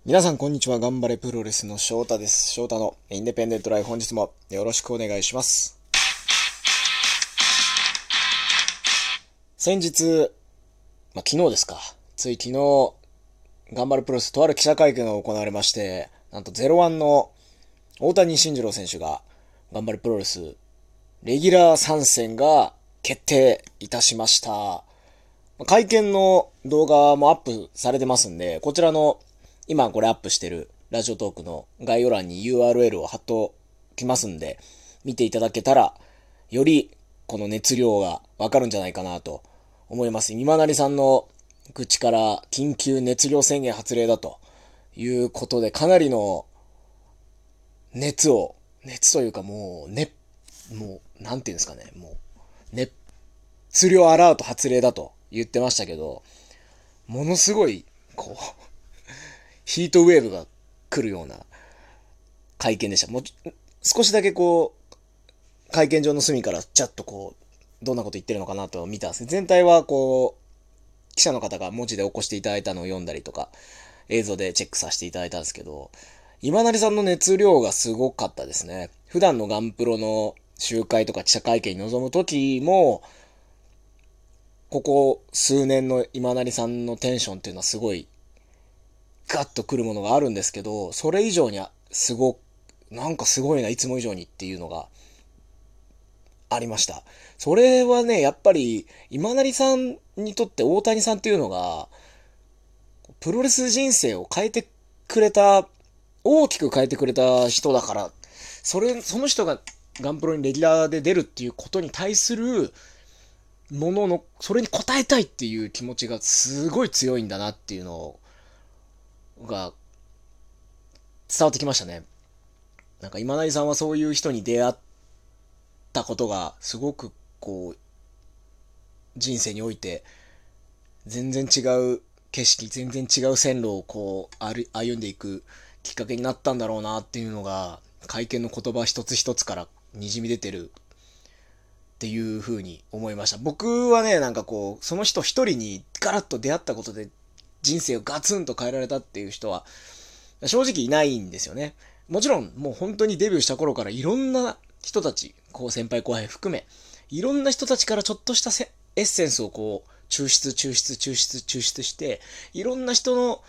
皆さんこんにちは。頑張れプロレスの翔太です。翔太のインデペンデントライフ、本日もよろしくお願いします。先日、昨日ですか。つい昨日、頑張れプロレスとある記者会見が行われまして、なんと01の大谷慎次郎選手が頑張れプロレスレギュラー参戦が決定いたしました。会見の動画もアップされてますんで、こちらの今これアップしてるラジオトークの概要欄に URL を貼っときますんで、見ていただけたら、よりこの熱量がわかるんじゃないかなと思います。今成さんの口から緊急熱量宣言発令だということで、かなりの熱というかもう、なんていうんですかね、もう、熱量アラート発令だと言ってましたけど、ものすごい、ヒートウェーブが来るような会見でした。もう、少しだけ会見場の隅からちゃっとどんなこと言ってるのかなと見たんですね。全体は記者の方が文字で起こしていただいたのを読んだりとか、映像でチェックさせていただいたんですけど、今成さんの熱量がすごかったですね。普段のガンプロの集会とか記者会見に臨む時も、ここ数年の今成さんのテンションっていうのはすごいガッとくるものがあるんですけど、それ以上になんかすごいな、いつも以上にっていうのがありました。それはね、やっぱり今成さんにとって大谷さんっていうのが、プロレス人生を変えてくれた、大きく変えてくれた人だから、その人がガンプロにレギュラーで出るっていうことに対するものの、それに応えたいっていう気持ちがすごい強いんだなっていうのが伝わってきましたね。なんか今成さんはそういう人に出会ったことがすごく人生において全然違う景色、全然違う線路を歩んでいくきっかけになったんだろうなっていうのが会見の言葉一つ一つから滲み出てるっていう風に思いました。僕はね、なんかその人一人にガラッと出会ったことで人生をガツンと変えられたっていう人は正直いないんですよね。もちろんもう本当にデビューした頃からいろんな人たち、先輩後輩含め、いろんな人たちからちょっとしたエッセンスを抽出して、いろんな人の、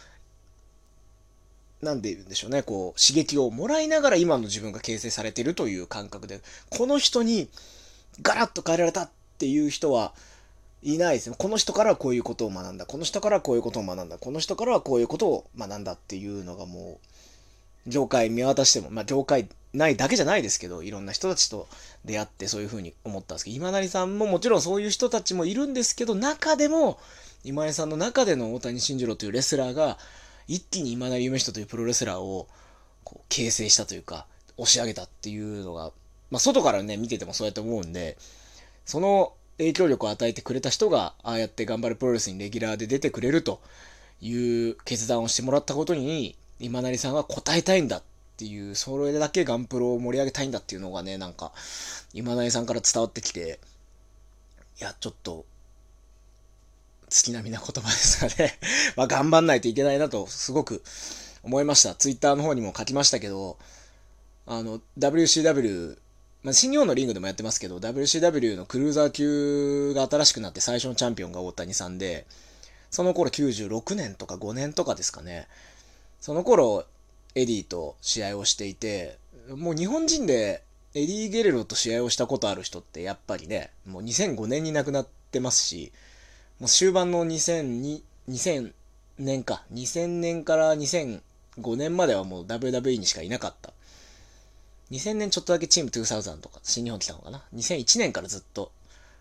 なんで言うんでしょうね、刺激をもらいながら今の自分が形成されているという感覚で、この人にガラッと変えられたっていう人はいないですね。この人からはこういうことを学んだ。この人からはこういうことを学んだ。この人からはこういうことを学んだっていうのがもう、業界見渡しても、業界ないだけじゃないですけど、いろんな人たちと出会ってそういう風に思ったんですけど、今成さんももちろんそういう人たちもいるんですけど、中でも、今成さんの中での大谷慎次郎というレスラーが、一気に今成夢人というプロレスラーを形成したというか、押し上げたっていうのが、外からね、見ててもそうやって思うんで、その影響力を与えてくれた人が、ああやって頑張るプロレスにレギュラーで出てくれるという決断をしてもらったことに、今成さんは応えたいんだっていう、それだけガンプロを盛り上げたいんだっていうのがね、なんか、今成さんから伝わってきて、いや、ちょっと、月並みな言葉ですがね頑張んないといけないなと、すごく思いました。ツイッターの方にも書きましたけど、WCW、新日本のリングでもやってますけど、WCW のクルーザー級が新しくなって最初のチャンピオンが大谷さんで、その頃96年とか5年とかですかね。その頃、エディと試合をしていて、もう日本人でエディ・ゲレロと試合をしたことある人ってやっぱりね、もう2005年に亡くなってますし、もう終盤の2000年か、2000年から2005年まではもう WWE にしかいなかった。2000年ちょっとだけチーム2000とか新日本来たのかな。2001年からずっと、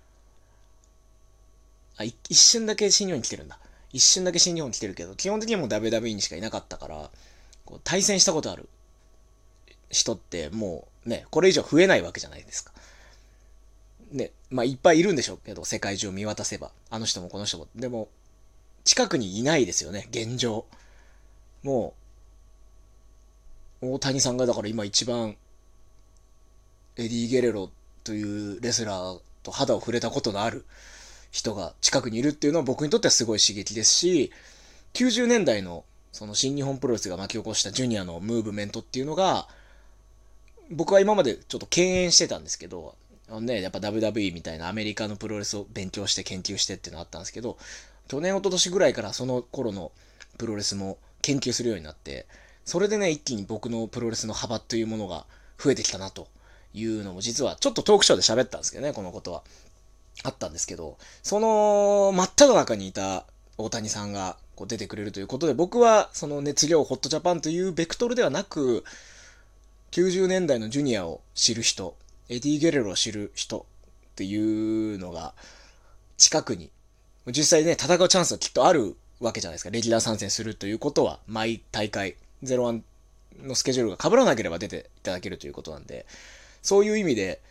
一瞬だけ新日本に来てるんだ。一瞬だけ新日本に来てるけど、基本的にはもう WWE にしかいなかったから、対戦したことある人ってもうね、これ以上増えないわけじゃないですか。ね、いっぱいいるんでしょうけど、世界中を見渡せば。あの人もこの人も。でも、近くにいないですよね、現状。もう、大谷さんがだから今一番、エディ・ゲレロというレスラーと肌を触れたことのある人が近くにいるっていうのは僕にとってはすごい刺激ですし、90年代のその新日本プロレスが巻き起こしたジュニアのムーブメントっていうのが、僕は今までちょっと敬遠してたんですけど、やっぱ WWE みたいなアメリカのプロレスを勉強して研究してっていうのあったんですけど、去年一昨年ぐらいからその頃のプロレスも研究するようになって、それでね、一気に僕のプロレスの幅というものが増えてきたなというのも、実はちょっとトークショーで喋ったんですけどね、このことは。あったんですけど、その真っ只中にいた大谷さんがこう出てくれるということで、僕はその熱量ホットジャパンというベクトルではなく、90年代のジュニアを知る人、エディ・ゲレロを知る人っていうのが近くに、実際ね、戦うチャンスはきっとあるわけじゃないですか。レギュラー参戦するということは、毎大会、01のスケジュールが被らなければ出ていただけるということなんで、そういう意味で、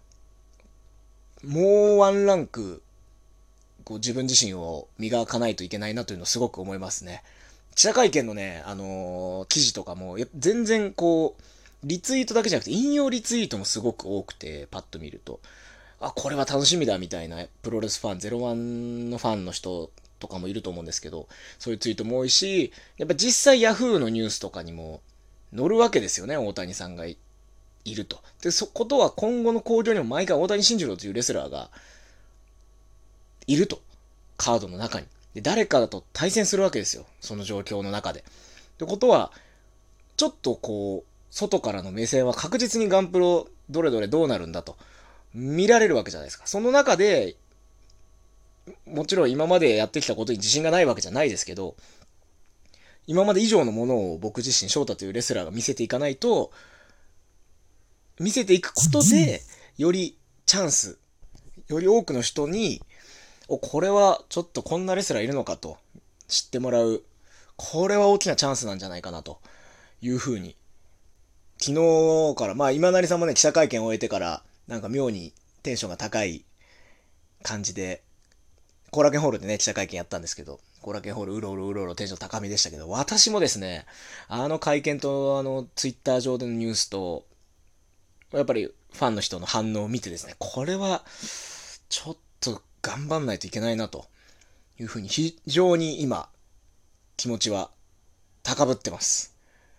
もうワンランク、こう自分自身を磨かないといけないなというのをすごく思いますね。記者会見のね、記事とかも、全然こう、リツイートだけじゃなくて、引用リツイートもすごく多くて、パッと見ると。あ、これは楽しみだみたいな、プロレスファン、01のファンの人とかもいると思うんですけど、そういうツイートも多いし、やっぱ実際ヤフーのニュースとかにも載るわけですよね、大谷さんがいると。で、ことは今後の興行にも毎回大谷慎次郎というレスラーがいると。カードの中に。で、誰かと対戦するわけですよ。その状況の中で。ってことは、ちょっとこう、外からの目線は確実にガンプロどれどれどうなるんだと見られるわけじゃないですか。その中で、もちろん今までやってきたことに自信がないわけじゃないですけど、今まで以上のものを僕自身、翔太というレスラーが見せていかないと、見せていくことで、よりチャンス、より多くの人に、これはちょっとこんなレスラーいるのかと知ってもらう、これは大きなチャンスなんじゃないかなというふうに、昨日から、まあ今成さんもね、記者会見を終えてから、なんか妙にテンションが高い感じで、後楽園ホールでね、記者会見やったんですけど、後楽園ホールうろうろテンション高めでしたけど、私もですね、あの会見とツイッター上でのニュースと、やっぱりファンの人の反応を見てですね、これは、ちょっと頑張んないといけないなというふうに非常に今、気持ちは高ぶってます。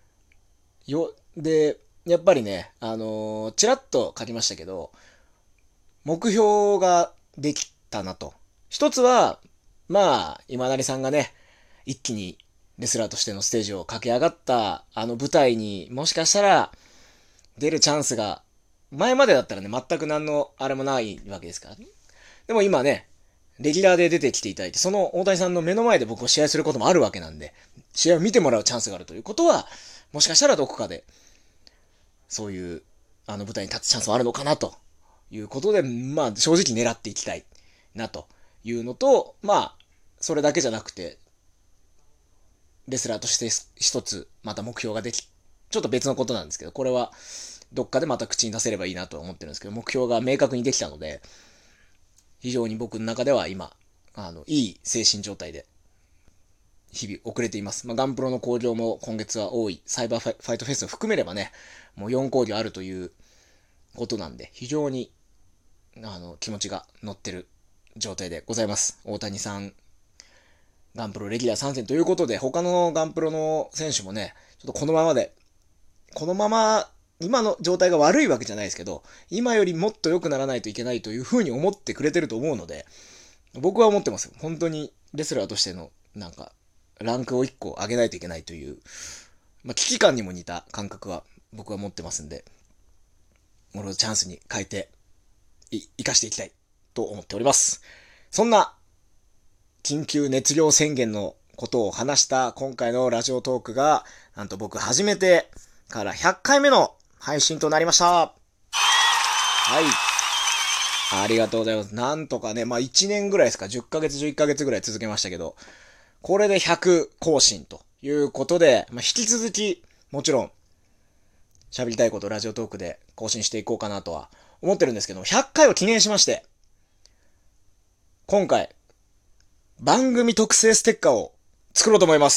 で、やっぱりね、ちらっと書きましたけど、目標ができたなと。一つは、まあ、今成さんがね、一気にレスラーとしてのステージを駆け上がったあの舞台にもしかしたら出るチャンスが、前までだったらね、全く何のあれもないわけですからね。でも今ね、レギュラーで出てきていただいて、その大谷さんの目の前で僕を試合することもあるわけなんで、試合を見てもらうチャンスがあるということは、もしかしたらどこかで、そういう、あの舞台に立つチャンスはあるのかなということで、まあ正直狙っていきたいなというのと、まあ、それだけじゃなくて、レスラーとして一つ、また目標ができ、ちょっと別のことなんですけど、これは、どっかでまた口に出せればいいなと思ってるんですけど、目標が明確にできたので、非常に僕の中では今、いい精神状態で、日々遅れています。まあ、ガンプロの興行も今月は多い、サイバーファイトフェスを含めればね、もう4興行あるということなんで、非常に、気持ちが乗ってる状態でございます。大谷さん、ガンプロレギュラー参戦ということで、他のガンプロの選手もね、ちょっとこのままで、このまま、今の状態が悪いわけじゃないですけど、今よりもっと良くならないといけないという風に思ってくれてると思うので、僕は思ってますよ。本当にレスラーとしての、なんか、ランクを1個上げないといけないという、まあ、危機感にも似た感覚は僕は持ってますんで、これをチャンスに変えて、生かしていきたいと思っております。そんな、緊急熱量宣言のことを話した今回のラジオトークが、なんと僕初めてから100回目の配信となりました。はい。ありがとうございます。なんとかね、まあ1年ぐらいですか、10ヶ月、11ヶ月ぐらい続けましたけど、これで100更新ということで、まあ、引き続き、もちろん、喋りたいことラジオトークで更新していこうかなとは思ってるんですけども、100回を記念しまして、今回、番組特製ステッカーを作ろうと思います。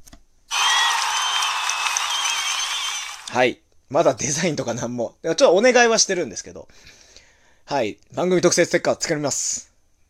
はい。まだデザインとかなんも、ちょっとお願いはしてるんですけど、はい。番組特製ステッカー作ります。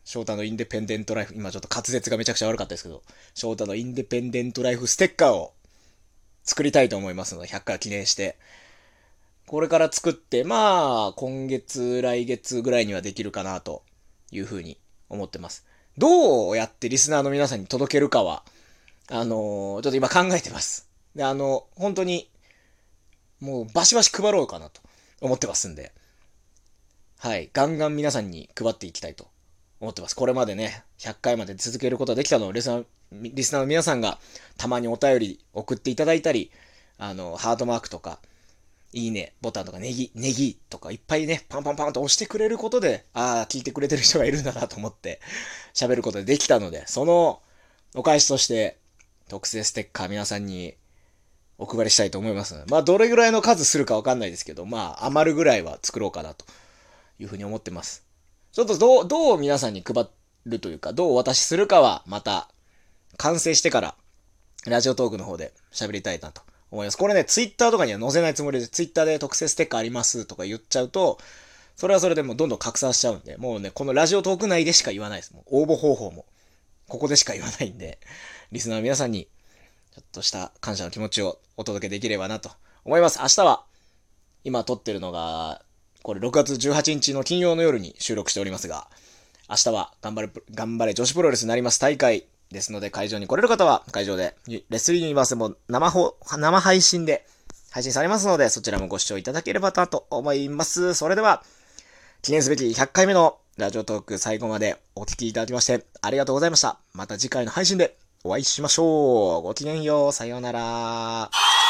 翔太のインデペンデントライフ、今ちょっと滑舌がめちゃくちゃ悪かったですけど、翔太のインデペンデントライフステッカーを作りたいと思いますので、100回記念して、これから作って、まあ、今月、来月ぐらいにはできるかなというふうに思ってます。どうやってリスナーの皆さんに届けるかは、ちょっと今考えてます。で、本当に、もうバシバシ配ろうかなと思ってますんで、はい、ガンガン皆さんに配っていきたいと思ってます。これまでね、100回まで続けることができたのをリスナーの皆さんがたまにお便り送っていただいたり、ハートマークとか、いいね、ボタンとかネギとかいっぱいね、パンパンパンと押してくれることで、聞いてくれてる人がいるんだなと思って喋ることができたので、そのお返しとして特製ステッカー皆さんにお配りしたいと思います。まあ、どれぐらいの数するかわかんないですけど、まあ、余るぐらいは作ろうかなというふうに思ってます。ちょっとどう皆さんに配るというか、どうお渡しするかはまた完成してからラジオトークの方で喋りたいなと思います。これね、ツイッターとかには載せないつもりで、ツイッターで特製ステッカーありますとか言っちゃうと、それはそれでもうどんどん拡散しちゃうんで、もうね、このラジオトーク内でしか言わないです。もう応募方法も、ここでしか言わないんで、リスナーの皆さんに、ちょっとした感謝の気持ちをお届けできればなと思います。明日は、今撮ってるのが、これ6月18日の金曜の夜に収録しておりますが、明日は頑張れ女子プロレスになります大会ですので、会場に来れる方は会場で、レスリーユニバースも生配信で配信されますので、そちらもご視聴いただければなと思います。それでは、記念すべき100回目のラジオトーク最後までお聞きいただきましてありがとうございました。また次回の配信でお会いしましょう。ごきげんよう。さようなら。